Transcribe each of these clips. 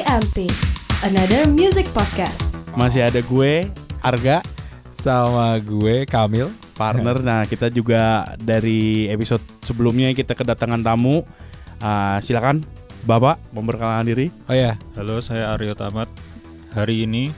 AMP, another music podcast. Masih ada gue, Arga, sama gue, Kamil. partner. Nah, kita juga dari episode sebelumnya kita kedatangan tamu. Silakan Bapak memperkenalkan diri. Oh ya, Halo, saya Aryo Tamat. Hari ini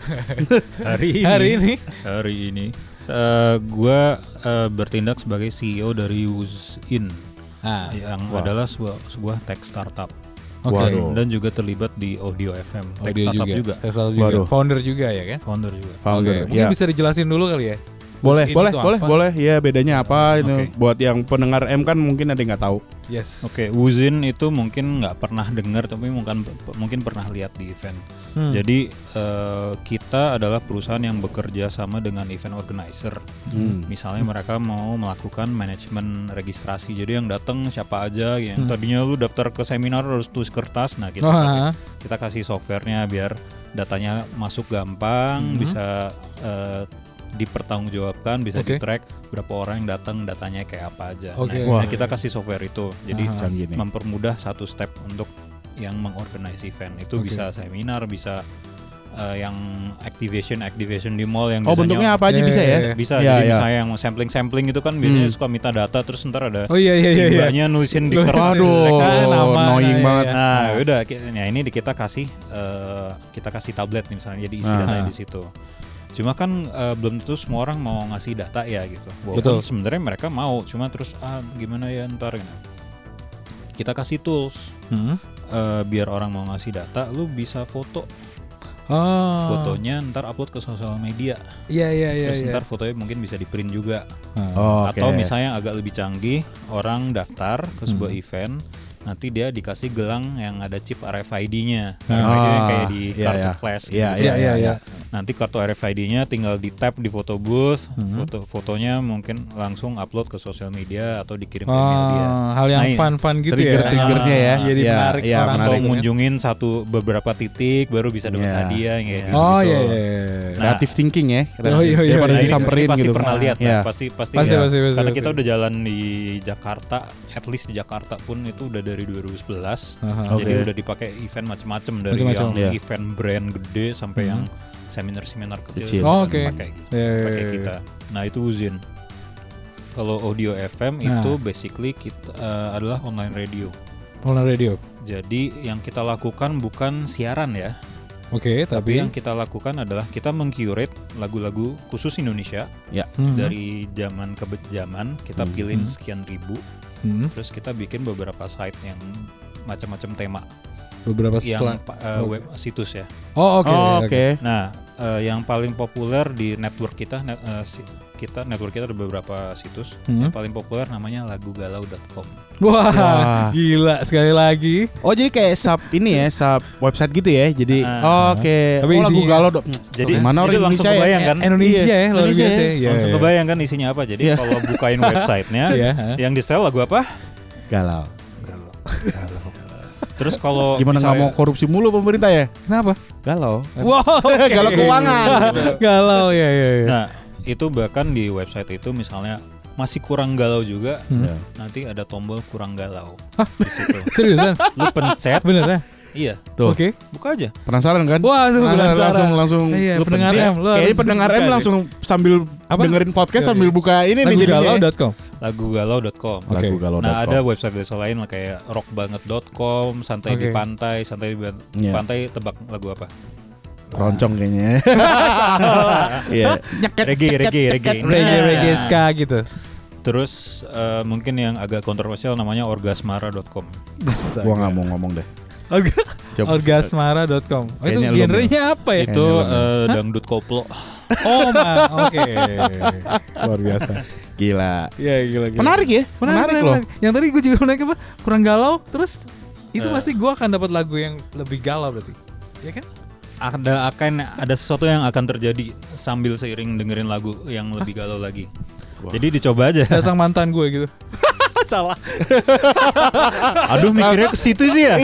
gue bertindak sebagai CEO dari Wuzin, yang adalah sebuah tech startup. Oke. Dan juga terlibat di Audio FM, tech Audio startup juga. Tech startup juga. Waduh. Founder juga ya kan? Founder juga. Founder. Mungkin Ya. bisa dijelasin dulu kali ya. Boleh. Apa? Ya, bedanya apa itu? Oke. Buat yang pendengar M kan mungkin ada yang nggak tahu. Yes. Oke, Wuzin itu mungkin nggak pernah dengar, tapi mungkin pernah lihat di event. Jadi kita adalah perusahaan yang bekerja sama dengan event organizer. Misalnya mereka mau melakukan manajemen registrasi. Jadi yang datang siapa aja, yang tadinya lu daftar ke seminar harus tulis kertas. Nah, kita kasih softwarenya biar datanya masuk gampang, bisa dipertanggungjawabkan, bisa di-track berapa orang yang datang, datanya kayak apa aja. Nah, kita kasih software itu. Jadi mempermudah satu step untuk yang mengorganize event. Itu bisa seminar, bisa yang activation di mall yang biasanya bentuknya apa aja bisa ya? Bisa. Ya, Jadi ya. misalnya yang sampling itu kan biasanya suka minta data, terus ntar ada Iya. mbaknya nulisin di kertas. Aduh, annoying banget. Nah, udah ya ini kita kasih tablet nih misalnya, jadi isi datanya di situ. Cuma kan belum tentu semua orang mau ngasih data ya gitu. Walaupun sebenarnya mereka mau, cuma terus gimana ya ntar gitu. Kita kasih tools biar orang mau ngasih data, lu bisa foto. Fotonya ntar upload ke sosial media. Iya. Terus ntar fotonya mungkin bisa di print juga. Oke. Atau misalnya agak lebih canggih, orang daftar ke sebuah event, nanti dia dikasih gelang yang ada chip RFID-nya. RFID yang kayak di kartu flash gitu. Iya. Nanti kartu RFID-nya tinggal di tap di photo booth, fotonya mungkin langsung upload ke sosial media atau dikirim ke email dia. Hal yang fun gitu ya. Triggernya ya. Jadi Iya, menarik iya, orang Atau gitu kan. ngunjungin beberapa titik baru bisa dapat hadiah kayak gitu. Iya. Creative thinking ya. Iya. Daripada Nah, disamperin ini pasti gitu. pernah lihat Iya. lah, pasti. Karena kita udah jalan di Jakarta, at least di Jakarta pun itu udah dari 2011. Jadi udah dipakai event macam-macam dari yang event brand gede sampai yang seminar kecil. Pakai kita. Nah, itu Wuzin. Kalau Audio FM itu basically kita adalah online radio. Online radio. Jadi yang kita lakukan bukan siaran ya. Oke, Tapi yang kita lakukan adalah kita meng-curate lagu-lagu khusus Indonesia. Ya. Dari zaman ke zaman kita pilih sekian ribu. Terus kita bikin beberapa site yang macam-macam tema. Beberapa yang web situs ya. Oke. Nah, yang paling populer di network kita, network kita ada beberapa situs. Yang paling populer namanya lagugalau.com. Wah, gila sekali lagi. Oh, jadi kayak sub website gitu ya. Jadi Tapi lagu isinya- galau. Jadi mana orang langsung Indonesia ya? kebayang kan? Indonesia ya, luar Indonesia biasa. ya. Iya, Langsung iya. kebayang kan isinya apa. Jadi kalau bukain websitenya, yang di setel lagu apa? Galau. Galau. Terus kalau Gimana nggak mau korupsi mulu pemerintah ya? Kenapa? Galau. Wow, Galau keuangan. Galau ya. Nah, itu bahkan di website itu misalnya masih kurang galau juga, nanti ada tombol kurang galau di situ. Seriusan? Lu pencet, Bener ya? iya, Tuh. Oke. buka aja. Penasaran kan? Wah, tuh penasaran. langsung. Iya, lu pendengar pencet. M, lu Kayaknya harus pendengar M buka langsung sambil dengerin podcast sambil buka ini nih jadinya. Lagugalau.com. Lagugalau.com. Lagugalau.com. Nah, ada website lain kayak rockbanget.com, santai di pantai, pantai tebak lagu apa? Roncong kayaknya. Iya. Reggae ska gitu. Terus mungkin yang agak kontroversial namanya orgasmara.com. Gua nggak mau ngomong deh. Coba. Orgasmara.com. Oh, itu Kayaknya lu genrenya apa ya? Itu dangdut koplo. Oke. Luar biasa. Gila. Iya, gila. Menarik ya? Menarik loh. Yang tadi gue juga menarik apa? Kurang galau, terus itu pasti gue akan dapat lagu yang lebih galau berarti. Ya kan? Ada sesuatu yang akan terjadi sambil seiring dengerin lagu yang lebih galau lagi. Jadi dicoba aja. Datang mantan gue gitu. Salah. Aduh, mikirnya ke situ sih ya.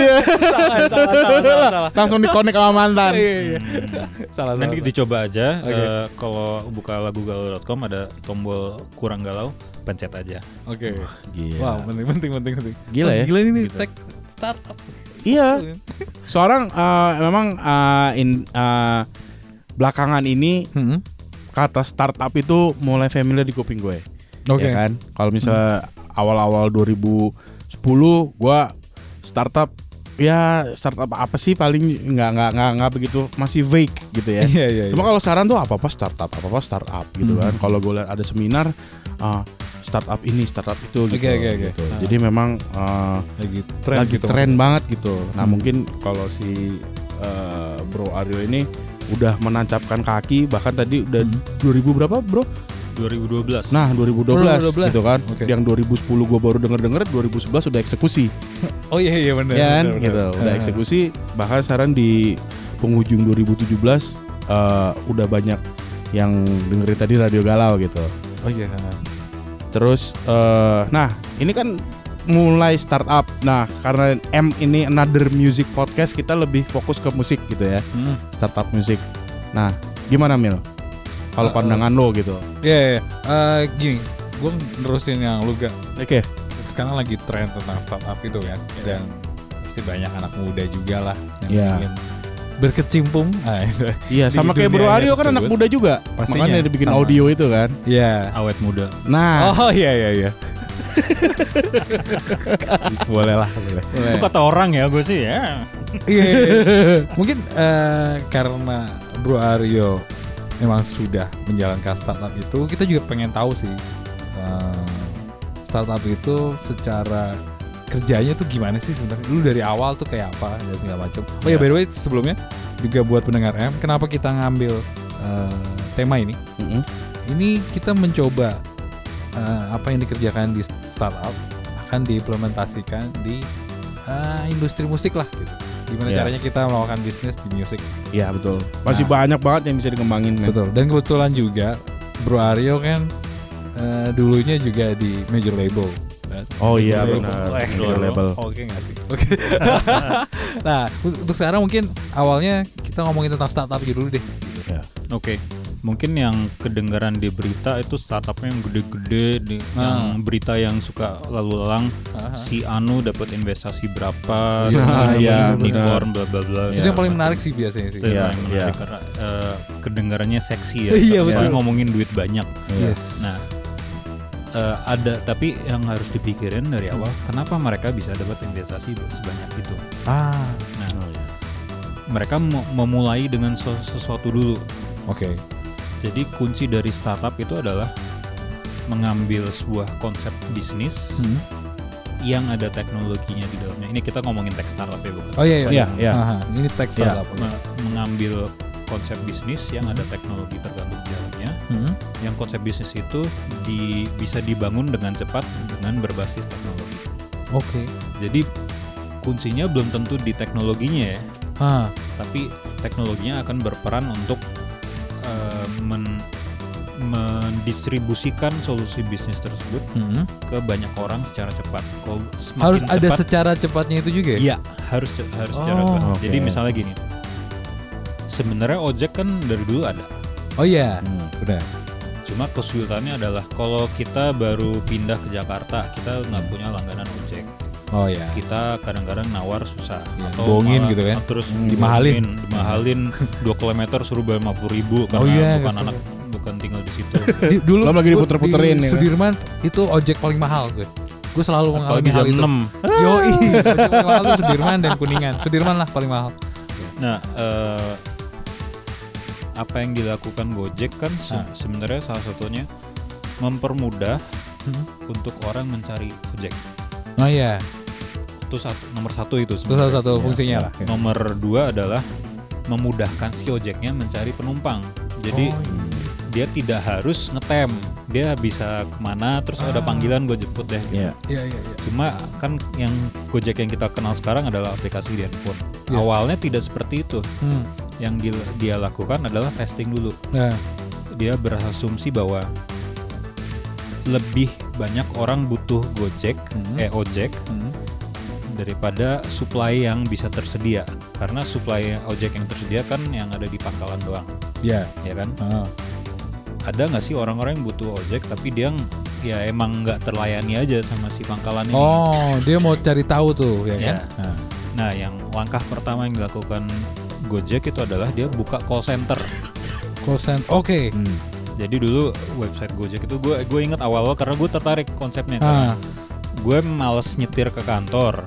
Salah. Langsung dikonek sama mantan. Iya. Salah. Nanti dicoba aja. Kalau buka lagugalau.com ada tombol kurang galau, pencet aja. Oke. Gila. Wow, penting. Gila ya? Gila ini Gitu. tech startup. Iya. Seorang memang belakangan ini kata startup itu mulai familiar di kuping gue. Oke. Ya kan? Kalau misalnya awal-awal 2010 gue startup apa sih paling nggak begitu, masih vague gitu ya. Iya. Cuma kalau sekarang tuh apa startup gitu kan. Kalau gue lihat ada seminar startup ini, startup itu gitu. Oke. Gitu. Jadi memang lagi tren banget gitu. Nah mungkin kalau si Bro Aryo ini udah menancapkan kaki, bahkan tadi udah 2000 berapa bro? 2012. Nah 2012 gitu kan. Oke. Yang 2010 gue baru denger 2011 udah eksekusi. Oh iya benar. Ya kan gitu, udah eksekusi. Bahkan sekarang di penghujung 2017 udah banyak yang dengerin tadi Radio Galau gitu. Oh iya. Terus nah ini kan mulai startup. Nah karena ini Another Music Podcast, kita lebih fokus ke musik gitu ya. Startup musik. Nah gimana Mil? Kalau pandangan lo gitu. Iya. Gini, gue nerusin yang lu gak. Oke. Sekarang lagi tren tentang startup itu kan. Dan pasti banyak anak muda juga lah yang ingin berkecimpung. Iya, sama kayak Bro Aryo kan anak muda juga. Pastinya, makanya dia bikin sama. audio itu kan. Iya. Awet muda. Nah, Oh iya. Boleh lah. Itu kata orang ya, gue sih ya. Iya. Mungkin karena Bro Aryo memang sudah menjalankan startup itu, kita juga pengen tahu sih startup itu secara kerjanya tuh gimana sih sebenarnya. Lu dari awal tuh kayak apa dan segala macam. Oh ya by the way sebelumnya juga buat pendengar kenapa kita ngambil tema ini? Ini kita mencoba apa yang dikerjakan di startup akan diimplementasikan di industri musik lah gitu. Gimana caranya kita melakukan bisnis di musik. Iya betul. Masih banyak banget yang bisa dikembangin. Betul. Dan kebetulan juga Bro Aryo kan dulunya juga di major label. Oh iya benar. Major label. Oke nggak sih? Oke. Nah untuk sekarang mungkin awalnya kita ngomongin tentang startup dulu deh. Ya. Oke. Mungkin yang kedengaran di berita itu startupnya yang gede-gede, yang berita yang suka lalu lalang, si Anu dapat investasi berapa, unicorn, bla bla bla. Itu yang paling menarik sih biasanya sih. Itu yang paling menarik karena kedengarannya seksi ya. Iya, Soalnya betul. ngomongin duit banyak. Yes. Nah, tapi yang harus dipikirin dari awal, kenapa mereka bisa dapat investasi sebanyak itu? Nah, mereka memulai dengan sesuatu dulu. Oke. Jadi kunci dari startup itu adalah mengambil sebuah konsep bisnis yang ada teknologinya di dalamnya. Ini kita ngomongin tech startup ya bukan? Oh iya. Iya. Ini tech startup. Mengambil konsep bisnis yang ada teknologi tergabung di dalamnya. Yang konsep bisnis itu bisa dibangun dengan cepat dengan berbasis teknologi. Oke. Jadi kuncinya belum tentu di teknologinya ya. Tapi teknologinya akan berperan untuk mendistribusikan solusi bisnis tersebut ke banyak orang secara cepat. Harus ada secara cepatnya itu juga ya? Iya, harus secara cepat. Okay. Jadi misalnya gini, sebenarnya ojek kan dari dulu ada. Oh iya, udah. Cuma kesulitannya adalah kalau kita baru pindah ke Jakarta, kita nggak punya langganan ojek. Oh iya. Kita kadang-kadang nawar susah atau bohongin gitu kan? Terus dimahalin 2 km suruh bayar 50.000 karena bukan tinggal di situ. Dulu lagi diputer-puterin di Sudirman itu ojek paling mahal gue. Gue selalu mengalami hal itu. 6. Yoi, ojek paling mahal itu Sudirman dan Kuningan. Sudirman lah paling mahal. Nah, apa yang dilakukan Gojek kan sebenarnya salah satunya mempermudah untuk orang mencari ojek. Oh iya. Itu nomor satu itu sebenarnya. Itu salah satu fungsinya lah. Nomor 2 adalah memudahkan si ojeknya mencari penumpang. Jadi dia tidak harus ngetem, dia bisa kemana terus ada panggilan gue jemput deh. Iya. Cuma kan yang Gojek yang kita kenal sekarang adalah aplikasi di handphone. Yes. Awalnya tidak seperti itu. Yang dia lakukan adalah testing dulu. Dia berasumsi bahwa lebih banyak orang butuh ojek daripada supply yang bisa tersedia. Karena supply ojek yang tersedia kan yang ada di pangkalan doang. Iya. Ya kan? Ada nggak sih orang-orang yang butuh ojek tapi dia ya emang nggak terlayani aja sama si pangkalan ini? Oh, dia mau cari tahu tuh ya kan? Nah, yang langkah pertama yang dilakukan Gojek itu adalah dia buka call center. Call center. Oke. Jadi dulu website Gojek itu gue inget awal-awal karena gue tertarik konsepnya. Karena gue males nyetir ke kantor.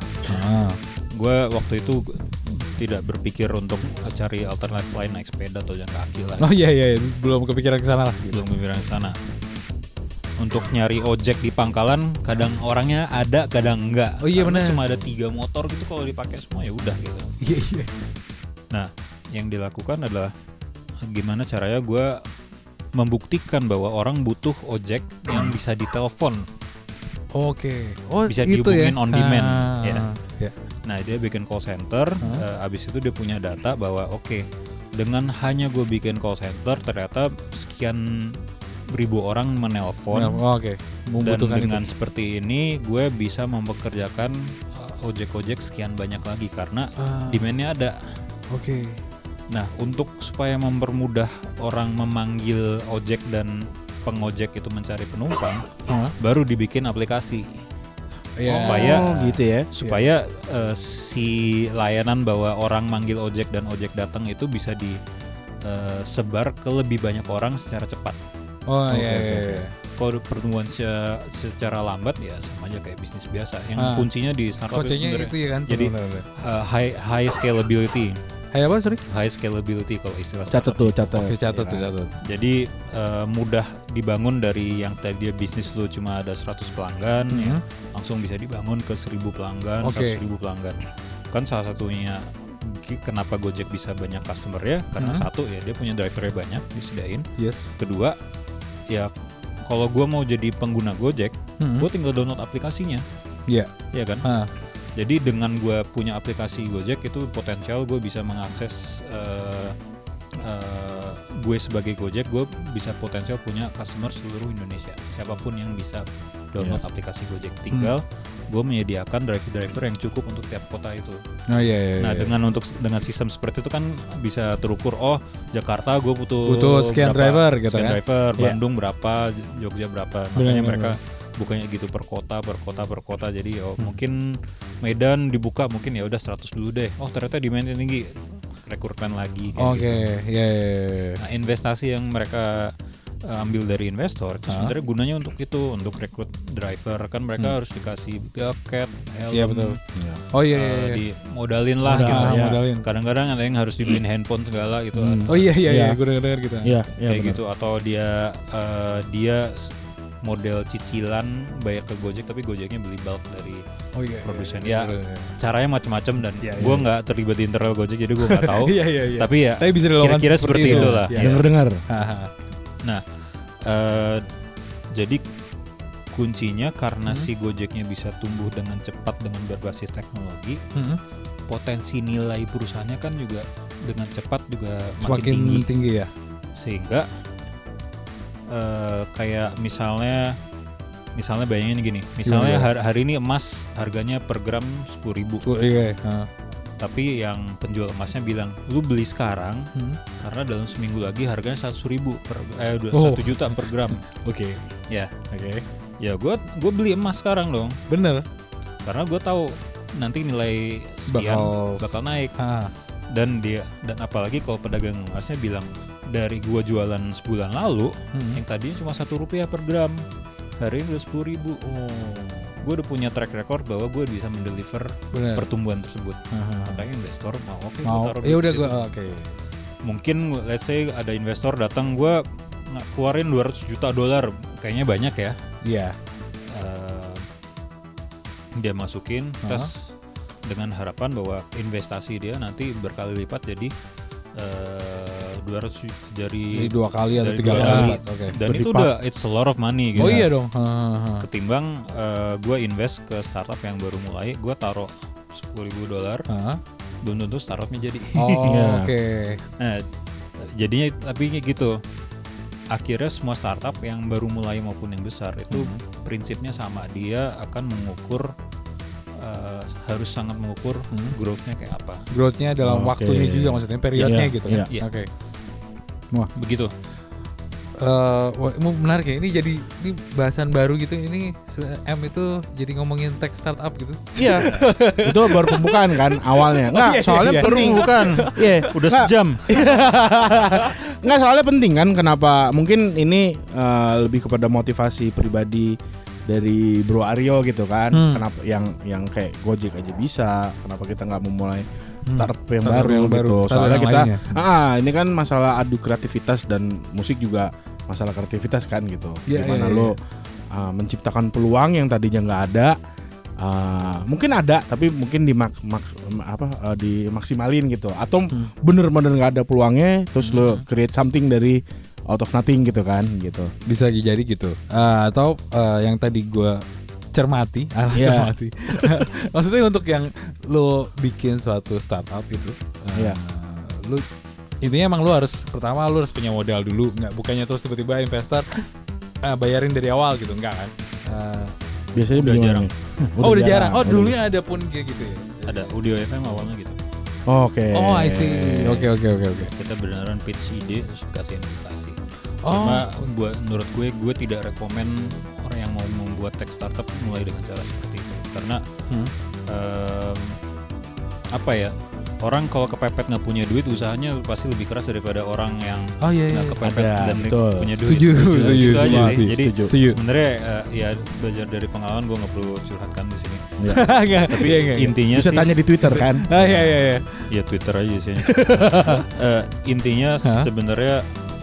Gue waktu itu tidak berpikir untuk cari alternatif lain naik sepeda atau jalan kaki lah. Oh iya, belum kepikiran ke sana lah. Belum kepikiran ke sana. Untuk nyari ojek di pangkalan, kadang orangnya ada, kadang enggak. Oh iya benar. Cuma ada 3 motor gitu, kalau dipakai semua ya udah gitu. Iya. Nah, yang dilakukan adalah gimana caranya gue membuktikan bahwa orang butuh ojek yang bisa ditelepon. Oke. Bisa itu dihubungin ya? on demand. Ya. Ya. Nah, dia bikin call center, abis itu dia punya data bahwa dengan hanya gue bikin call center, ternyata sekian ribu orang menelpon. Dan dengan seperti ini, gue bisa mempekerjakan ojek-ojek sekian banyak lagi karena demand-nya ada. Oke. Nah, untuk supaya mempermudah orang memanggil ojek dan pengojek itu mencari penumpang, baru dibikin aplikasi. Supaya gitu ya. Supaya si layanan bahwa orang manggil ojek dan ojek datang itu bisa disebar ke lebih banyak orang secara cepat. Iya. Kalau pertumbuhan secara lambat ya sama aja kayak bisnis biasa. Yang kuncinya di startup itu sebenarnya. Itu ya kan? Jadi high scalability. High apa, sorry? High scalability kalau istilah. Catat tuh. Oke, catat. Jadi mudah dibangun dari yang tadi bisnis lu cuma ada 100 pelanggan ya, langsung bisa dibangun ke 1000 pelanggan, 100.000 pelanggan. Kan salah satunya kenapa Gojek bisa banyak customer ya, karena satu ya dia punya drivernya banyak disediain. Yes. Kedua, ya kalau gue mau jadi pengguna Gojek, gue tinggal download aplikasinya. Iya. Iya kan? Jadi dengan gue punya aplikasi Gojek itu potensial gue bisa mengakses gue sebagai Gojek, gue bisa potensial punya customer seluruh Indonesia. Siapapun yang bisa download aplikasi Gojek, tinggal gue menyediakan driver yang cukup untuk tiap kota itu. Nah, dengan sistem seperti itu kan bisa terukur. Jakarta gue butuh sekian berapa, driver gitu sekian ya. driver, Bandung berapa, Jogja berapa. Makanya mereka bukannya gitu per kota. Jadi mungkin Medan dibuka mungkin ya udah 100 dulu deh. Ternyata demand-nya tinggi, rekrutmen lagi kayak gitu. Nah, investasi yang mereka ambil dari investor itu sebenarnya gunanya untuk itu, untuk rekrut driver. Kan mereka harus dikasih jaket, helm, dimodalin lah gitu. Kadang-kadang ada yang harus dibeliin handphone segala gitu. Iya, gue dengar gitu. Kayak gitu, atau dia model cicilan bayar ke Gojek tapi Gojeknya beli bulk dari produsen. Caranya macam-macam dan gue nggak terlibat di internal Gojek jadi gue nggak tahu. Tapi ya bisa kira-kira seperti itulah. Dengar. Nah, jadi kuncinya karena si Gojeknya bisa tumbuh dengan cepat dengan berbasis teknologi, potensi nilai perusahaannya kan juga dengan cepat juga makin tinggi ya. Sehingga kayak misalnya bayangin gini, misalnya hari ini emas harganya per gram 10.000. Tapi yang penjual emasnya bilang, lu beli sekarang karena dalam seminggu lagi harganya 100.000 1 juta per gram. Ya, gue beli emas sekarang dong. Bener. Karena gue tahu nanti nilai sekian bakal naik. Dan apalagi kalau pedagang emasnya bilang, dari gua jualan sebulan lalu yang tadinya cuma Rp1 per gram, hari ini udah 10.000. Gue udah punya track record bahwa gue bisa mendeliver pertumbuhan tersebut. Makanya investor mau gue taruh duit. Mungkin let's say ada investor datang, gue keluarin $200 juta, kayaknya banyak ya. Dia masukin terus dengan harapan bahwa investasi dia nanti berkali lipat jadi 200 dari 2 kali atau 3 kali. Dan itu udah it's a lot of money gitu. Dong. Ketimbang gue invest ke startup yang baru mulai, gue taruh $10.000, belum tentu startupnya jadi. Nah, jadinya tapi gitu. Akhirnya semua startup yang baru mulai maupun yang besar itu prinsipnya sama, dia akan mengukur harus sangat mengukur growth-nya kayak apa. Growth-nya dalam waktunya juga, maksudnya periodnya gitu kan. Begitu. menarik ya. Ini bahasan baru gitu. Ini M itu jadi ngomongin tech startup gitu. Iya. Itu baru pembukaan kan awalnya. Enggak, soalnya penting. Bukan. Iya. Udah sejam. Enggak, soalnya penting kan, kenapa mungkin ini lebih kepada motivasi pribadi dari Bro Aryo gitu kan. Kenapa yang kayak Gojek aja bisa, kenapa kita nggak memulai startup yang baru gitu. Soalnya kita ini kan masalah adu kreativitas, dan musik juga masalah kreativitas kan gitu. Gimana lo menciptakan peluang yang tadinya nggak ada, mungkin ada tapi mungkin dimaksimalin gitu, atau bener-bener nggak ada peluangnya terus lo create something dari out of nothing gitu kan gitu. Bisa jadi gitu. Atau yang tadi gue cermati. Maksudnya untuk yang lo bikin suatu startup itu, lo intinya emang lo harus punya modal dulu, bukannya terus tiba-tiba investor bayarin dari awal gitu, enggak kan? Biasanya udah jarang. Udah jarang. Dulunya ada pun kayak gitu ya. Ada Audio FM awalnya gitu. Oke. Oh, I see. Oke. Kita beneran pitch ide terus kasih investasi. Cuma menurut gue tidak rekomen orang yang mau membuat tech startup mulai dengan cara seperti itu, karena orang kalau kepepet nggak punya duit, usahanya pasti lebih keras daripada orang yang nggak kepepet dan punya duit. Setuju aja sih. Jadi setuju. sebenarnya belajar dari pengalaman, gue nggak perlu curhatkan di sini. Tapi intinya bisa sih, tanya di Twitter kan? Iya. Ya Twitter aja sih. Intinya sebenarnya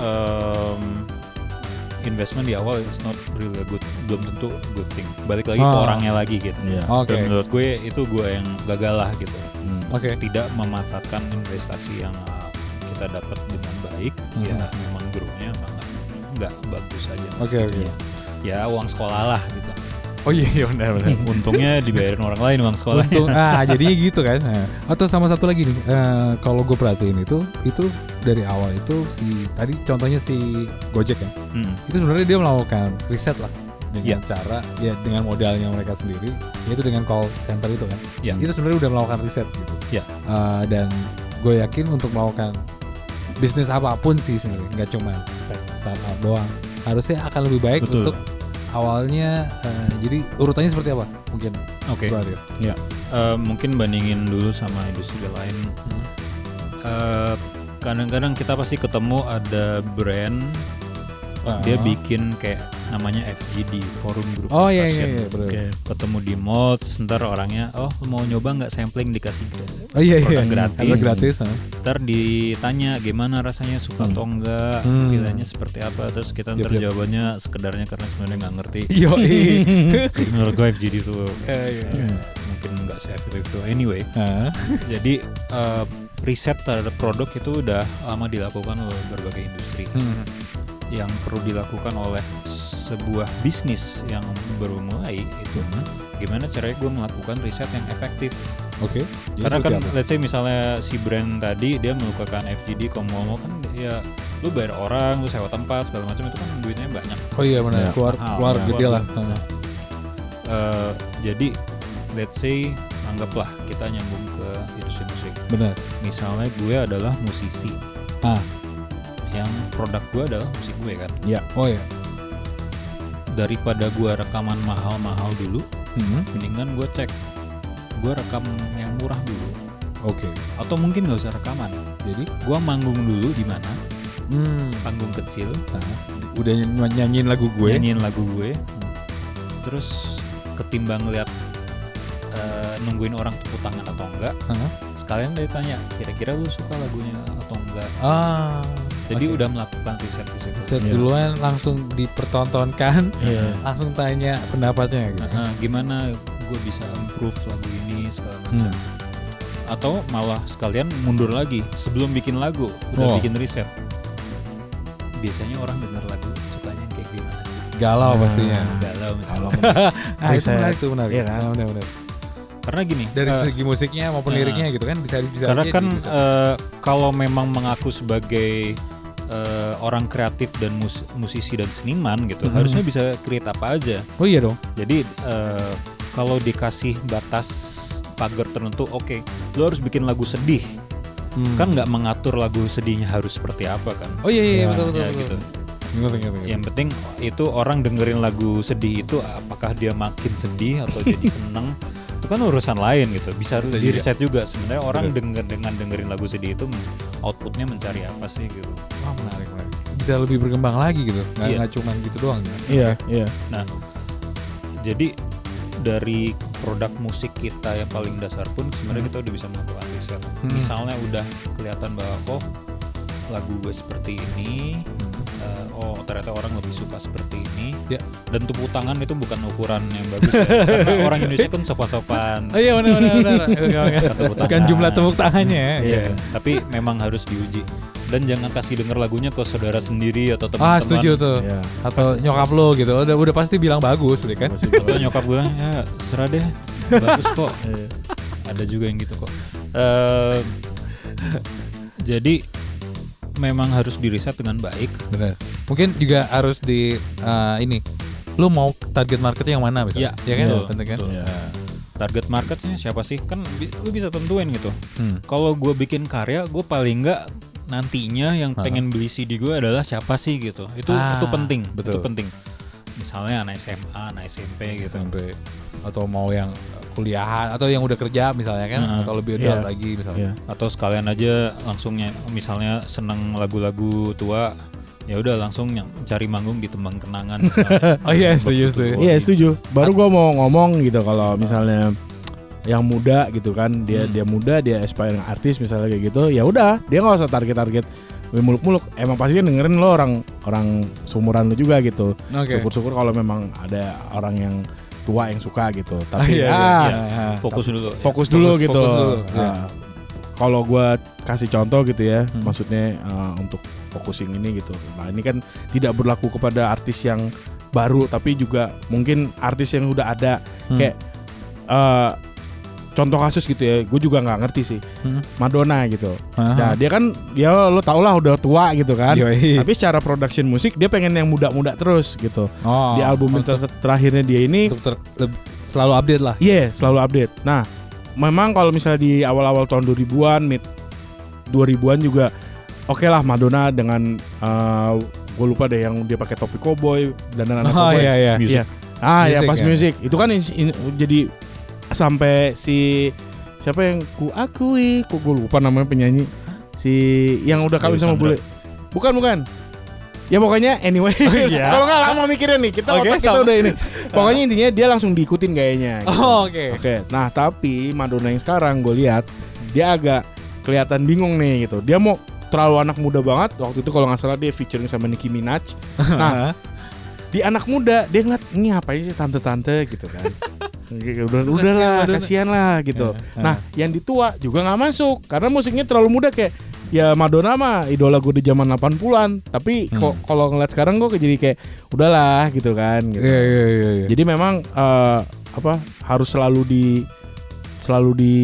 investment di awal is not really a belum tentu good thing. Balik lagi ke orangnya lagi gitu. Dan menurut gue itu gue yang gagal lah gitu. Tidak memanfaatkan investasi yang kita dapat dengan baik. Ya memang grow-nya nggak bagus aja. Ya uang sekolah lah gitu. Oh iya benar. Untungnya dibayarin orang lain uang sekolah. Jadinya gitu kan. Atau sama satu lagi nih, kalau gue perhatiin itu dari awal itu tadi contohnya si Gojek kan. Itu sebenarnya dia melakukan riset lah dengan cara dengan modalnya mereka sendiri, yaitu dengan call center itu kan. Itu sebenarnya udah melakukan riset gitu. Dan gue yakin untuk melakukan bisnis apapun sih sebenarnya, nggak cuma startup doang, harusnya akan lebih baik. Betul. Untuk awalnya, jadi urutannya seperti apa mungkin? Mungkin bandingin dulu sama industri lain. Kadang-kadang kita pasti ketemu ada brand, dia bikin kayak namanya FGD, Forum Group Discussion. Ketemu di mall, ntar orangnya, mau nyoba nggak sampling, dikasih gratis. Ntar ditanya gimana rasanya, suka atau enggak, bilangnya seperti apa, terus kita ntar jawabannya sekedarnya karena sebenarnya nggak ngerti. Menurut gue FGD itu mungkin nggak se-efektif itu anyway. Jadi riset terhadap produk itu udah lama dilakukan oleh berbagai industri. Yang perlu dilakukan oleh sebuah bisnis yang baru mulai itu gimana caranya gue melakukan riset yang efektif. Karena kan let's say misalnya si brand tadi dia melakukan FGD, ngomong kan ya lu bayar orang, lu sewa tempat segala macam, itu kan duitnya banyak. Benar. Keluar gede lah. Jadi let's say anggaplah kita nyambung ke industri musik. Benar. Misalnya gue adalah musisi. Yang produk gue adalah musik gue kan. Daripada gue rekaman mahal-mahal dulu, mendingan gue cek, gue rekam yang murah dulu. Atau mungkin nggak usah rekaman. Jadi gue manggung dulu di mana, panggung kecil. Udah nyanyiin lagu gue. Terus ketimbang lihat nungguin orang tepuk tangan atau enggak, sekalian dia tanya, kira-kira lu suka lagunya atau enggak. Jadi udah melakukan riset di situ. Duluan langsung dipertontonkan, langsung tanya pendapatnya gitu. Gimana gue bisa improve lagu ini segala macam. Atau malah sekalian mundur lagi, sebelum bikin lagu udah bikin riset. Biasanya orang denger lagu sukanya kayak gimana sih? Galau pastinya. Itu menarik. Iya kan? Benar. Karena gini, dari segi musiknya maupun liriknya gitu kan bisa karena kan kalau memang mengaku sebagai orang kreatif dan musisi dan seniman gitu, harusnya bisa create apa aja. Iya dong. Jadi kalau dikasih batas pagar tertentu, lu harus bikin lagu sedih. Kan nggak mengatur lagu sedihnya harus seperti apa kan? Betul. Gitu. Ngerti. Yang penting itu orang dengerin lagu sedih itu apakah dia makin sedih atau jadi seneng, itu kan urusan lain gitu. Bisa di riset juga sebenarnya orang dengan dengerin lagu sedih itu outputnya mencari apa sih gitu. Wah, menarik. Bisa lebih berkembang lagi gitu. Nggak cuma gitu doang. Iya. Nah, jadi dari produk musik kita yang paling dasar pun sebenarnya kita udah bisa melakukan riset. Misalnya udah kelihatan bahwa lagu gue seperti ini, ternyata orang lebih suka seperti ini. Ya. Dan tepuk tangan itu bukan ukuran yang bagus ya. Karena orang Indonesia kan sopan-sopan. Oh iya benar. Bukan jumlah tepuk tangannya. Iya. Tapi memang harus diuji. Dan jangan kasih denger lagunya ke saudara sendiri atau teman-teman. Setuju tuh. Ya. Atau nyokap lo gitu. Udah pasti bilang bagus, udah kan? Atau nyokap gue ya serah deh, bagus kok. Ada juga yang gitu kok. Jadi memang harus diriset dengan baik. Benar. Mungkin juga harus di ini. Lu mau target marketnya yang mana misalnya? Ya kan? betul, Penting kan? betul. Target marketnya siapa sih? Kan lu bisa tentuin gitu. Kalau gue bikin karya, gue paling enggak nantinya yang pengen beli CD gue adalah siapa sih gitu. Itu penting. Betul. Itu penting. Misalnya anak SMA, anak SMP gitu. Atau mau yang kuliahan atau yang udah kerja misalnya kan, atau lebih adult lagi misalnya. Atau sekalian aja langsungnya misalnya seneng lagu-lagu tua, ya udah langsung cari manggung di Tembang Kenangan. Oh iya, setuju. Iya, setuju. Baru gua mau ngomong gitu kalau misalnya yang muda gitu kan, dia muda, dia aspiring artis misalnya kayak gitu, ya udah, dia enggak usah target muluk-muluk. Emang pasti dengerin lo orang seumuran lo juga gitu. Syukur-syukur kalau memang ada orang yang tua yang suka gitu. Tapi fokus dulu gitu. Kalau gue kasih contoh gitu ya, maksudnya untuk focusing ini gitu. Nah ini kan tidak berlaku kepada artis yang baru, tapi juga mungkin artis yang udah ada. Kayak contoh kasus gitu ya, gue juga nggak ngerti sih. Madonna gitu. Nah dia kan, ya lo tau lah udah tua gitu kan. Tapi secara production musik dia pengen yang muda-muda terus gitu. Di album terakhirnya dia ini selalu update lah. Iya, selalu update. Nah memang kalau misalnya di awal-awal tahun 2000-an, mid 2000-an juga oke lah Madonna dengan gue lupa deh yang dia pakai topi cowboy dan anak cowboy. Music. Ya pas musik itu kan jadi sampai si siapa yang gue lupa namanya penyanyi si yang udah kawin sama bule. Bukan. Ya pokoknya anyway. Kalau nggak lama mikirnya nih kita udah ini. Pokoknya intinya dia langsung diikutin gayanya. Gitu. Oke. Nah tapi Madonna yang sekarang gue lihat dia agak kelihatan bingung nih gitu. Dia mau terlalu anak muda banget. Waktu itu kalau nggak salah dia featuring sama Nicki Minaj. Nah di anak muda dia ngeliat ini ngapain sih tante-tante gitu kan. Udahlah kasihan lah gitu. Nah yang di tua juga nggak masuk karena musiknya terlalu muda. Kayak ya Madonna mah idola gue di zaman 80-an. Tapi kalau ngeliat sekarang gue jadi kayak udahlah gitu kan gitu. Iya. Jadi memang harus selalu di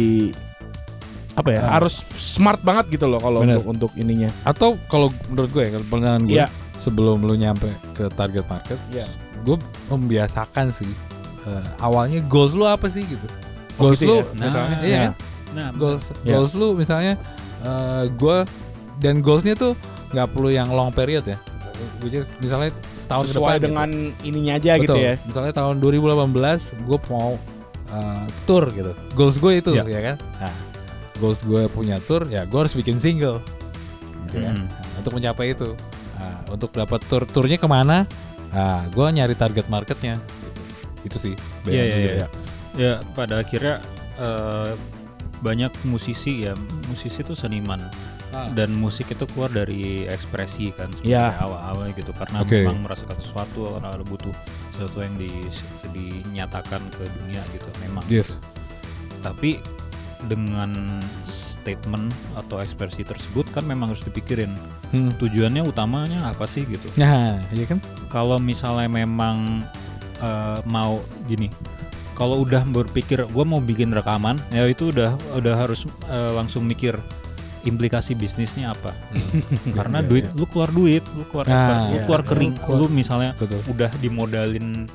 harus smart banget gitu loh kalau untuk ininya. Atau kalau menurut gue kalau pandangan gue sebelum lu nyampe ke target market, gue membiasakan sih awalnya goals lu apa sih gitu. Goals lu misalnya goals lu misalnya dan goalsnya tuh nggak perlu yang long period ya. Misalnya setahun sesuai ke depan dengan gitu. ininya aja. Betul. Gitu ya. Misalnya tahun 2018 gue mau tour gitu. Goals gue itu ya kan. Nah, goals gue punya tour ya gue harus bikin single. Gitu kan. Nah, untuk mencapai itu. Nah, untuk dapat turnya kemana? Nah, gue nyari target marketnya. Itu sih. Iya. Ya pada akhirnya banyak musisi itu seniman. Dan musik itu keluar dari ekspresi kan sebenarnya awal-awal gitu karena memang merasakan sesuatu, karena butuh sesuatu yang dinyatakan ke dunia gitu memang. Yes. Tapi dengan statement atau ekspresi tersebut kan memang harus dipikirin tujuannya utamanya apa sih gitu. Nah, iya kan? Kalau misalnya memang mau gini, kalau udah berpikir gue mau bikin rekaman, ya itu udah harus langsung mikir implikasi bisnisnya apa. Karena lu keluar duit, lu keluar effort, lu keluar kering, lu misalnya udah dimodalin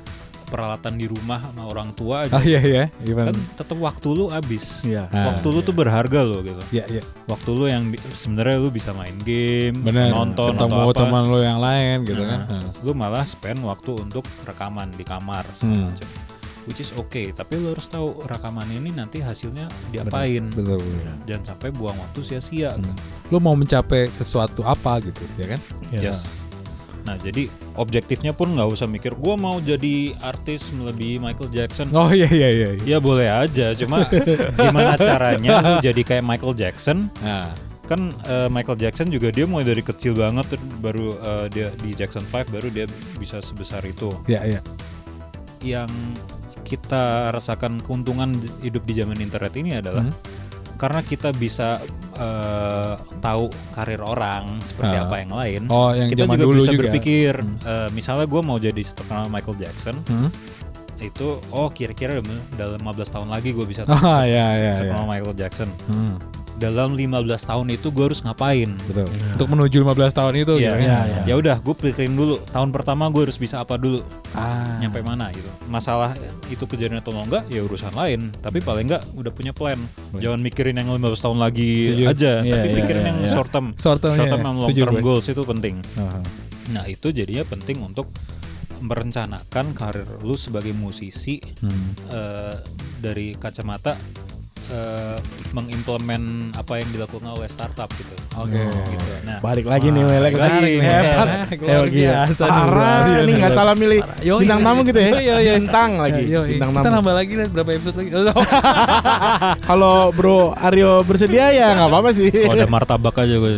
peralatan di rumah sama orang tua aja. Oh iya gimana? Kan tetap waktu lu habis. Iya. Waktu lu tuh berharga lo gitu. Iya. Waktu lu yang sebenarnya lu bisa main game, Bener. nonton atau ketemu apa. teman lu yang lain gitu kan. Lu malah spend waktu untuk rekaman di kamar segala macam. Which is okay, tapi lu harus tahu rekaman ini nanti hasilnya diapain. Betul. Jangan sampai buang waktu sia-sia. Lu mau mencapai sesuatu apa gitu, ya kan? Yes. Nah, jadi objektifnya pun nggak usah mikir gue mau jadi artis melebihi Michael Jackson. Oh iya. Ya boleh aja, cuma gimana caranya lu jadi kayak Michael Jackson? Nah, Kan Michael Jackson juga dia mulai dari kecil banget, baru dia di Jackson 5 baru dia bisa sebesar itu. iya. Yang kita rasakan keuntungan hidup di zaman internet ini adalah karena kita bisa tahu karir orang seperti apa yang lain. Oh, yang kita zaman juga dulu bisa juga. berpikir, misalnya gue mau jadi seterkenal Michael Jackson, itu kira-kira dalam 15 tahun lagi gue bisa seterkenal Michael Jackson. Dalam 15 tahun itu gue harus ngapain? Betul. Untuk menuju 15 tahun itu Iya. gitu kan. Ya udah, gue pikirin dulu. Tahun pertama gue harus bisa apa dulu? Nyampe mana gitu. Masalah itu kejadian atau enggak ya urusan lain. Tapi paling enggak udah punya plan. Jangan mikirin yang 15 tahun lagi aja. Tapi pikirin yang short term. Short term and long term goals itu penting. Uh-huh. Nah itu jadinya penting untuk merencanakan karir lu sebagai musisi dari kacamata mengimplement apa yang dilakukan oleh startup gitu. Oke. Gitu. Nah, Balik lagi nih Welek balik lagi. hebat. Luar biasa nih, Parah Bro. nih nggak salah milih bintang tamu gitu ya. Bintang lagi. Bintang Kita tamu. nambah lagi lah berapa episode lagi. Kalau Bro Aryo bersedia ya nggak apa-apa sih. Oh, ada martabak aja gue.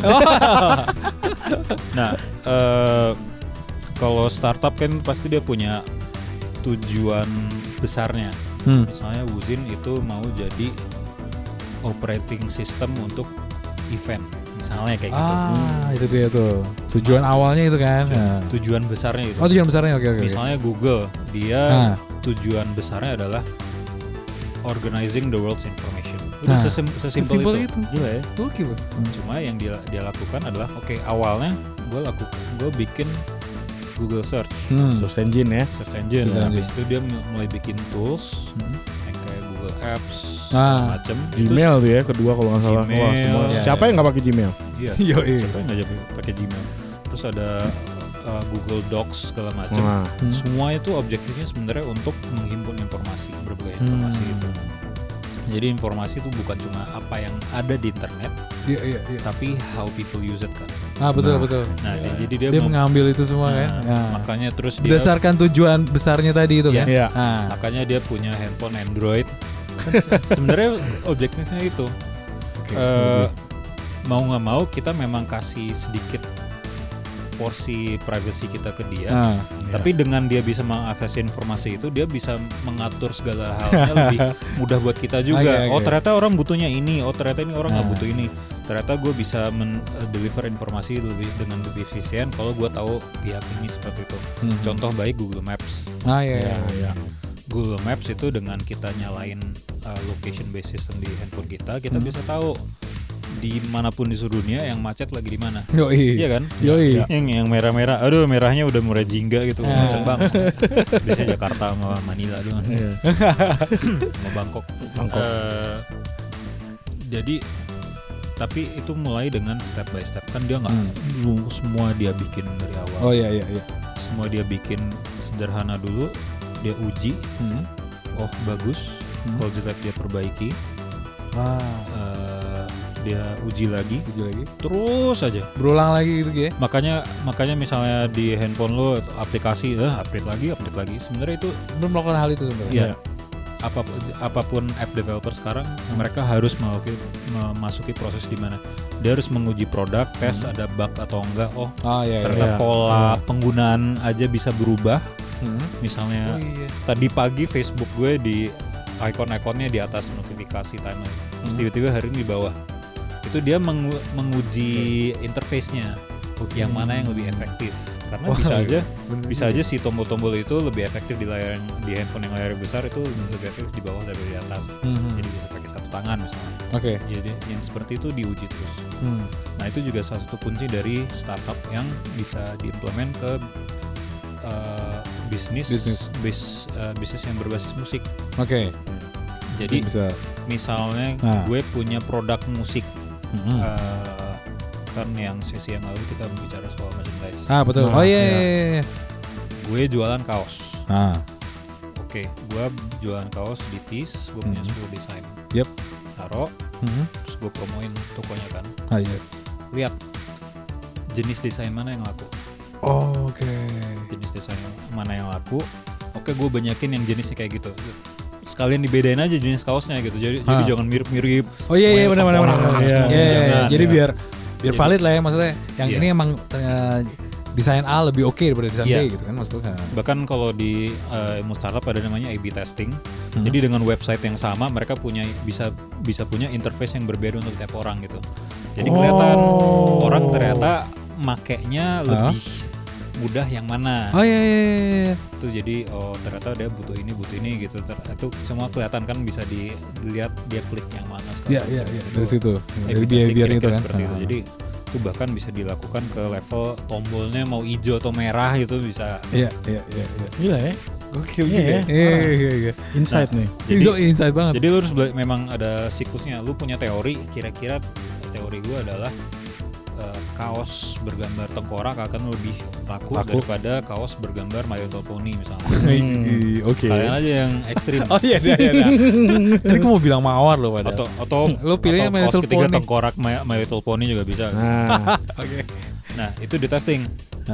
Nah, kalau startup kan pasti dia punya tujuan besarnya. Misalnya Wuzin itu mau jadi operating system untuk event, misalnya kayak gitu. Itu dia tuh. Tujuan awalnya itu kan. Tujuan besarnya itu. Oh, tujuan besarnya oke. Misalnya Google, dia tujuan besarnya adalah organizing the world's information. Udah sesimpel itu. Gila ya. Gokil. Cuma yang dia lakukan adalah awalnya gue bikin Google Search, Search engine ya. search engine. Habis itu dia mulai bikin tools yang kayak Google Apps, segala macem. Gmail tuh ya kedua kalau nggak salah. Gmail, Wah, semua. ya, Siapa yang nggak pakai Gmail? Iya. Siapa yang nggak pakai Gmail? Terus ada Google Docs segala macam. Semua itu objektifnya sebenarnya untuk menghimpun informasi, berbagai informasi itu. Jadi informasi itu bukan cuma apa yang ada di internet, tapi how people use it kan. Betul. Nah, jadi dia mengambil itu semua kan. Makanya terus dia Berdasarkan tujuan besarnya tadi itu kan. Iya. makanya dia punya handphone Android. Sebenarnya objektifnya itu. Mau nggak mau kita memang kasih sedikit porsi privacy kita ke dia. Tapi dengan dia bisa mengakses informasi itu, dia bisa mengatur segala halnya lebih mudah buat kita juga. Ternyata orang butuhnya ini. Ternyata ini orang nggak butuh ini. Ternyata gue bisa deliver informasi dengan lebih efisien kalau gue tahu pihak ini seperti itu. Contoh baik Google Maps. Google Maps itu dengan kita nyalain location based system di handphone kita bisa tahu dimanapun di seluruh dunia yang macet lagi di mana. Iya kan? Yang merah-merah, aduh merahnya udah mulai jingga gitu, macet banget. Biasanya Jakarta sama Manila doang. Sama Bangkok. Jadi tapi itu mulai dengan step by step kan, dia nggak semua dia bikin dari awal. Semua dia bikin sederhana dulu, dia uji. Bagus. Kalau jelek dia perbaiki. Dia uji lagi, terus aja berulang lagi gitu ya. Makanya misalnya di handphone lo aplikasi update lagi. Sebenarnya itu belum melakukan hal itu sebenarnya. Iya. Apapun app developer sekarang mereka harus memasuki proses di mana dia harus menguji produk, tes ada bug atau enggak. Ternyata pola penggunaan aja bisa berubah. Misalnya tadi pagi Facebook gue di ikon-ikonnya di atas notifikasi timeline, terus tiba-tiba hari ini di bawah. Itu dia menguji interface-nya, yang mana yang lebih efektif. Karena bisa aja si tombol-tombol itu lebih efektif di handphone yang layarnya besar itu lebih efektif di bawah dari di atas. Jadi bisa pakai satu tangan misalnya. Jadi yang seperti itu diuji terus. Nah itu juga salah satu kunci dari startup yang bisa diimplement ke bisnis yang berbasis musik. Oke. Jadi bisa. Misalnya gue punya produk musik, kan yang sesi yang lalu kita bicara soal merchandise. Betul. Iya. Gue jualan kaos. Oke. Gue jualan kaos di Tees, gue punya 10 desain. Yep. Taruh, terus gue promoin tokonya kan. Yes. Lihat jenis desain mana yang laku. Oke. Jenis desain mana yang laku. Oke, gue banyakin yang jenisnya kayak gitu. Sekalian dibedain aja jenis kaosnya gitu. Jadi jangan mirip-mirip. Oh iya benar. Jadi biar valid lah ya maksudnya. Yang ini emang desain A lebih oke daripada desain B gitu kan maksudnya. Bahkan kalau di ilmu startup ada namanya A/B testing. Jadi dengan website yang sama mereka bisa punya interface yang berbeda untuk tiap orang gitu. Jadi kelihatan orang ternyata makainya lebih mudah yang mana. Iya. Itu jadi ternyata dia butuh ini gitu. Itu semua kelihatan kan bisa dilihat dia klik yang mana sekarang. Iya. Dari situ. Dari behavior itu kan. Seperti itu. Jadi itu bahkan bisa dilakukan ke level tombolnya mau hijau atau merah gitu bisa. Iya. Gila ya. Gokil juga. Iya. Insight nih. Insight banget. Jadi lu harus memang ada siklusnya. Lu punya teori. Kira-kira teori gue adalah kaos bergambar tengkorak akan lebih laku daripada kaos bergambar My Little Pony misalnya. Oke. Kalian aja yang ekstrim. Iya. Tadi gue mau bilang mawar loh padahal. Atau lu pilihnya My kaos Little ketiga Pony. tengkorak My Little Pony juga bisa. Oke. Nah itu di testing.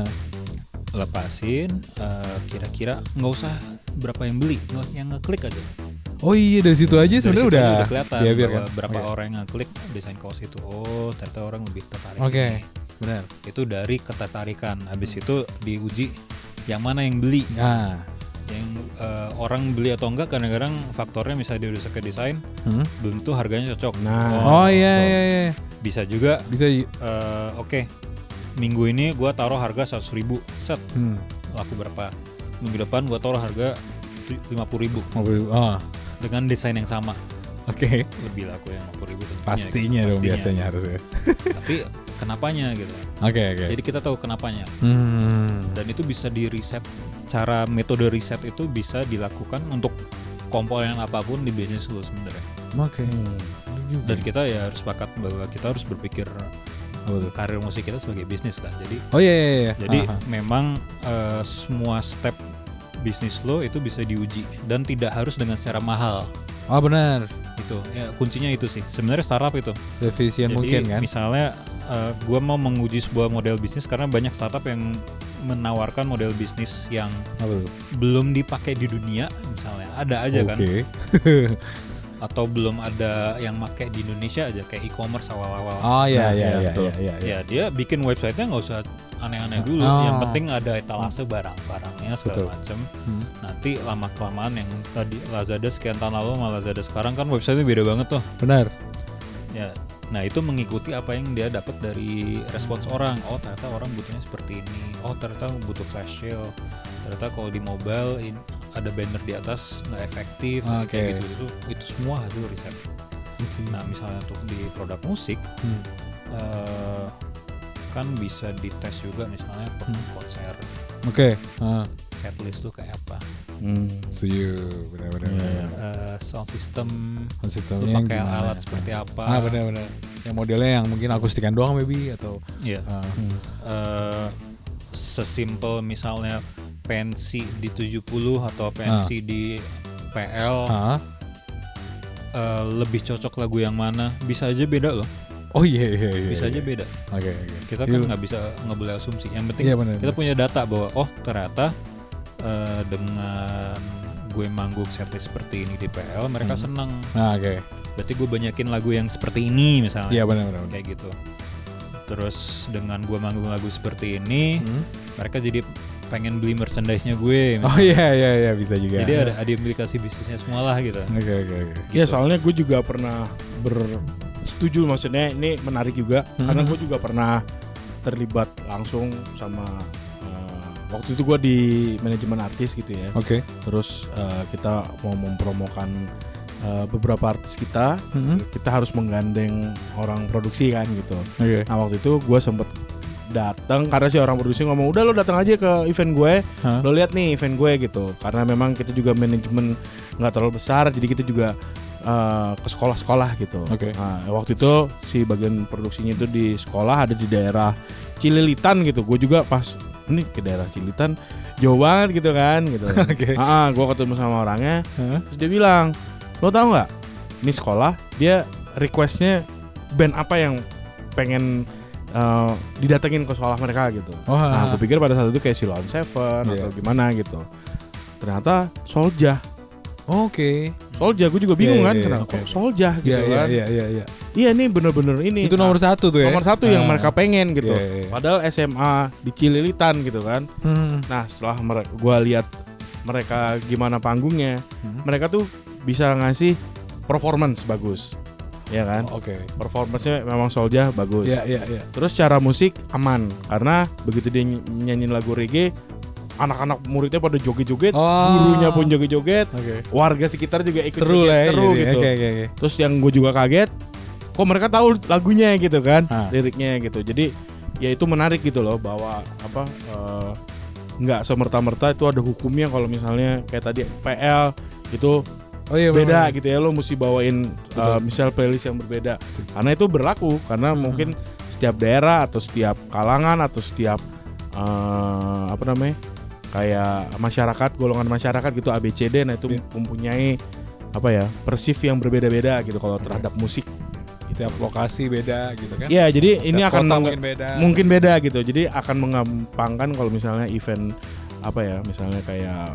Lepasin. Kira-kira nggak usah berapa yang beli, yang ngeklik aja. Oh iya dari situ aja sebenarnya udah kelihatan bahwa berapa orang yang ngeklik desain kaos itu. Oh ternyata orang lebih tertarik. Oke. Benar. Itu dari ketertarikan. Habis itu diuji yang mana yang beli. Yang orang beli atau enggak kadang-kadang faktornya misalnya dia udah suka desain, belum tentu harganya cocok. Iya. Bisa juga. Bisa. Oke. Minggu ini gue taruh harga 100.000 set. Laku berapa? Minggu depan gue taruh harga 50.000. Dengan desain yang sama. Oke. Lebih laku yang 50.000 tentunya. Pastinya dong biasanya harusnya. Tapi kenapanya gitu. Oke. Jadi kita tahu kenapanya. Dan itu bisa di riset. Cara metode riset itu bisa dilakukan untuk komponen apapun di bisnis lu sebenarnya. Oke. Dan kita ya harus sepakat bahwa kita harus berpikir karir musik kita sebagai bisnis kan. Jadi Jadi memang semua step bisnis lo itu bisa diuji dan tidak harus dengan secara mahal. Benar. Itu ya kuncinya itu sih. Sebenarnya startup itu. Efisien mungkin kan. Misalnya gue mau menguji sebuah model bisnis karena banyak startup yang menawarkan model bisnis yang belum dipakai di dunia misalnya. Ada aja kan. Atau belum ada yang pakai di Indonesia aja kayak e-commerce awal-awal. Iya. Ya dia bikin websitenya nggak usah aneh-aneh dulu. Yang penting ada etalase barang-barangnya segala macam. Nanti lama-kelamaan yang tadi Lazada sekian tahun lalu sama Lazada sekarang kan websitenya beda banget tuh. Benar. Ya, nah itu mengikuti apa yang dia dapat dari respons orang. Oh ternyata orang butuhnya seperti ini. Oh ternyata butuh flash sale. Ternyata kalau di mobile ada banner di atas nggak efektif. Kayak gitu. Itu semua hasil riset. Nah misalnya untuk di produk musik. Kan bisa dites juga misalnya konser. Setlist tuh kayak apa? Benar-benar. Sound system lu pakai alat seperti apa? Benar-benar. Yang modelnya yang mungkin akustikan doang maybe atau. Sesimpel misalnya pensi di 70 atau pensi di PL. Lebih cocok lagu yang mana? Bisa aja beda loh. Bisa aja beda. Kita kan nggak boleh asumsi. Yang penting kita punya data bahwa ternyata dengan gue manggung setlist seperti ini di PL mereka senang. Berarti gue banyakin lagu yang seperti ini misalnya. Iya benar. Kayak gitu. Terus dengan gue manggung lagu seperti ini, mereka jadi pengen beli merchandise-nya gue. Misalnya. Iya bisa juga. Jadi ada implikasi bisnisnya semua lah gitu. Oke. Ya soalnya gue juga pernah setuju, maksudnya ini menarik juga karena gue juga pernah terlibat langsung sama waktu itu gue di manajemen artis gitu ya. Terus kita mau mempromokan beberapa artis kita, kita harus menggandeng orang produksi kan gitu. Nah waktu itu gue sempet datang karena si orang produksi ngomong udah lo datang aja ke event gue, lo lihat nih event gue gitu. Karena memang kita juga manajemen nggak terlalu besar, jadi kita juga ke sekolah-sekolah gitu. Nah, waktu itu si bagian produksinya itu di sekolah ada di daerah Cililitan gitu. Gue juga pas ini ke daerah Cililitan jauh banget gitu kan gitu. Gue ketemu sama orangnya, terus dia bilang, lo tau nggak? Ini sekolah dia requestnya band apa yang pengen didatengin ke sekolah mereka gitu. Nah, aku pikir pada saat itu kayak Silon Seven atau gimana gitu. Ternyata Soulja. Soulja, gue juga bingung kan kenapa Soulja gitu kan. Iya nih bener-bener ini. Itu nomor satu tuh ya. Nomor satu yang mereka pengen gitu. Padahal SMA di Cililitan gitu kan. Nah setelah gue lihat mereka gimana panggungnya, mereka tuh bisa ngasih performance bagus. Ya kan? Performance-nya memang Soulja bagus. Terus secara musik aman karena begitu dia nyanyiin lagu reggae, anak-anak muridnya pada joget-joget, gurunya pun joget-joget, warga sekitar juga ikut seru gitu. Terus yang gue juga kaget, kok mereka tahu lagunya gitu kan, liriknya gitu. Jadi ya itu menarik gitu loh bahwa nggak semerta-merta itu ada hukumnya kalau misalnya kayak tadi PL itu. Beda gitu ya, lo mesti bawain misal playlist yang berbeda karena itu berlaku karena mungkin setiap daerah atau setiap kalangan atau setiap kayak masyarakat, golongan masyarakat gitu ABCD, nah itu mempunyai persif yang berbeda-beda gitu kalau terhadap musik. Tiap lokasi beda gitu kan. Iya, jadi ini akan mungkin beda gitu. Jadi akan mengampangkan kalau misalnya event misalnya kayak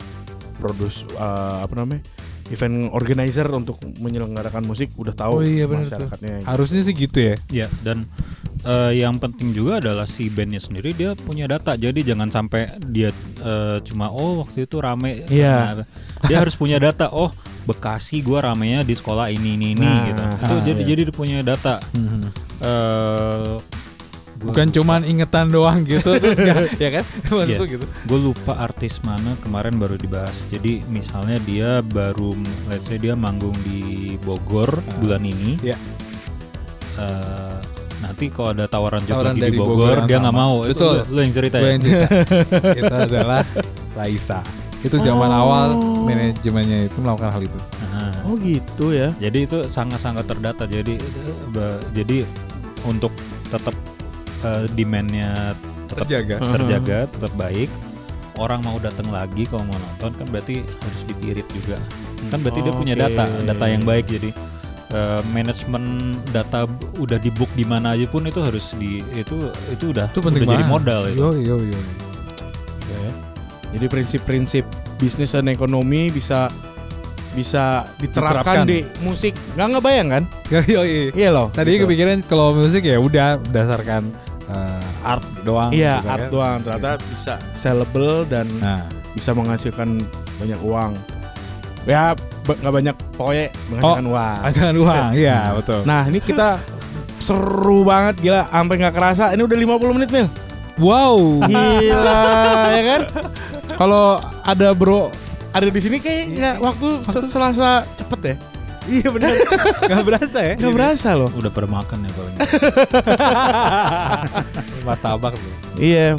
event organizer untuk menyelenggarakan musik udah tahu masyarakatnya. Harusnya sih gitu ya. Iya, dan yang penting juga adalah si bandnya sendiri dia punya data. Jadi jangan sampai dia cuma waktu itu rame. Nah, dia harus punya data. Bekasi gua ramenya di sekolah ini gitu. Itu jadi dia punya data. Bukan cuman ingetan doang gitu terus gak, ya kan? Maksudnya gitu. Gue lupa artis mana kemarin baru dibahas. Jadi misalnya dia baru, let's say dia manggung di Bogor bulan ini. Nanti kalau ada tawaran job lagi di Bogor dia nggak mau. Betul. Itu lu yang cerita ya. Itu adalah Raisa. Itu zaman awal manajemennya itu melakukan hal itu. Oh gitu ya. Jadi itu sangat-sangat terdata. Jadi untuk tetap demand-nya tetap terjaga, tetap baik. Orang mau datang lagi kalau mau nonton kan berarti harus dipirit juga. Kan berarti dia punya data yang baik. Jadi manajemen data udah di book di mana aja pun itu harus itu udah jadi modal itu. Yo. Jadi prinsip-prinsip bisnis dan ekonomi bisa diterapkan di musik. Nggak ngebayang kan? Iya loh. Tadi kepikiran kalau musik ya udah berdasarkan art doang. Iya, gitu art kan. doang. Ternyata bisa sellable dan bisa menghasilkan banyak uang. Ya nggak banyak, pokoknya menghasilkan uang. Menghasilkan uang, iya betul. Nah ini kita seru banget, gila. Sampai nggak kerasa. Ini udah 50 menit Mil. Wow. Gila ya kan? Kalau ada di sini kayak waktu selasa cepet ya. Iya benar. Gak berasa ya? Gak berasa loh. Udah pada makan ya paling. Martabak tuh. Iya,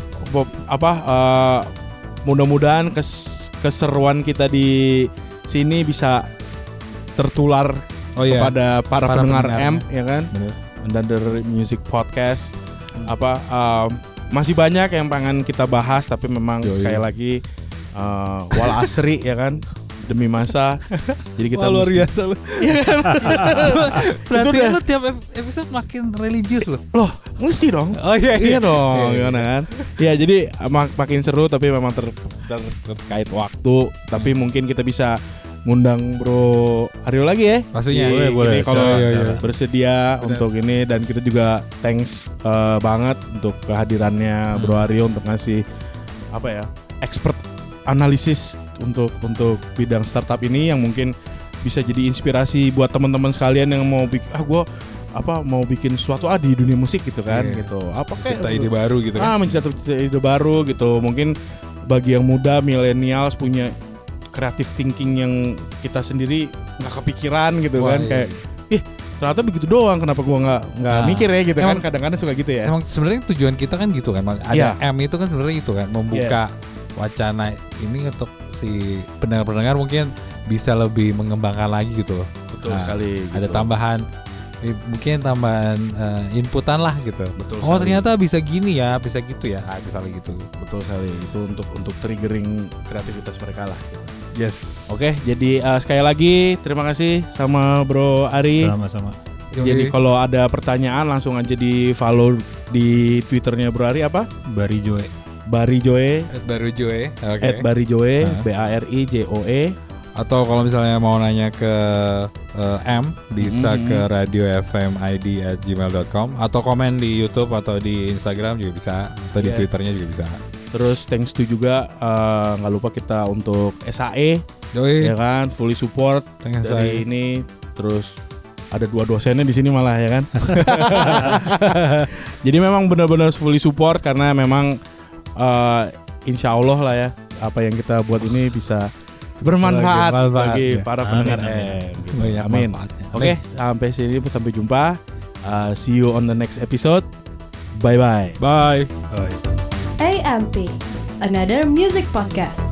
mudah-mudahan keseruan kita di sini bisa tertular kepada para pendengar M, ya kan? Bener. Another Music Podcast. Masih banyak yang pengen kita bahas, tapi memang sekali lagi wal asri ya kan, demi masa. Jadi kita luar biasa lu. Iya kan? Berarti lu tiap episode makin religius loh. Loh, mesti dong. Oh iya dong, gimana kan? Ya jadi makin seru, tapi memang terkait waktu. Tapi mungkin kita bisa ngundang Bro Aryo lagi ya. Pastinya. Boleh. Kalau bersedia benar. untuk ini, dan kita juga thanks banget untuk kehadirannya Bro Aryo untuk ngasih expert analisis untuk bidang startup ini yang mungkin bisa jadi inspirasi buat teman-teman sekalian yang mau mau bikin sesuatu di dunia musik gitu kan, gitu. Cipta ide baru gitu kan. Mencipta ide baru gitu. Mungkin bagi yang muda, millennials punya creative thinking yang kita sendiri nggak kepikiran gitu kan, kayak ternyata begitu doang, kenapa gua nggak mikir ya gitu kan, kadang-kadang suka gitu ya. Emang sebenarnya tujuan kita kan gitu kan, ada M itu kan sebenarnya itu kan membuka wacana ini untuk si pendengar-pendengar mungkin bisa lebih mengembangkan lagi gitu loh. Betul sekali. Ada gitu. tambahan mungkin tambahan inputan lah gitu. Betul Oh sekali. ternyata bisa gini ya, bisa gitu ya, misalnya gitu. Betul sekali, itu untuk triggering kreativitas mereka lah gitu. Yes. Oke, jadi sekali lagi terima kasih sama Bro Ari. Sama-sama. Jadi kalau ada pertanyaan langsung aja di follow di Twitternya Bro Ari apa? Bari Joe. Barijoe, @barijoe, oke. @barijoe, BARIJOE. Atau kalau misalnya mau nanya ke M bisa ke radiofmid@gmail.com atau komen di YouTube atau di Instagram juga bisa atau di Twitternya juga bisa. Terus thanks to juga nggak lupa kita untuk SAE Yoi. ya kan, fully support Thanks, dari ini. Terus ada 2 dosennya di sini malah ya kan. Jadi memang benar-benar fully support karena memang insya Allah lah ya apa yang kita buat ini bisa bermanfaat bagi para pendengar M. Gitu. Amin. Oke, sampai sini, sampai jumpa. See you on the next episode. Bye bye. Bye. AMP, another music podcast.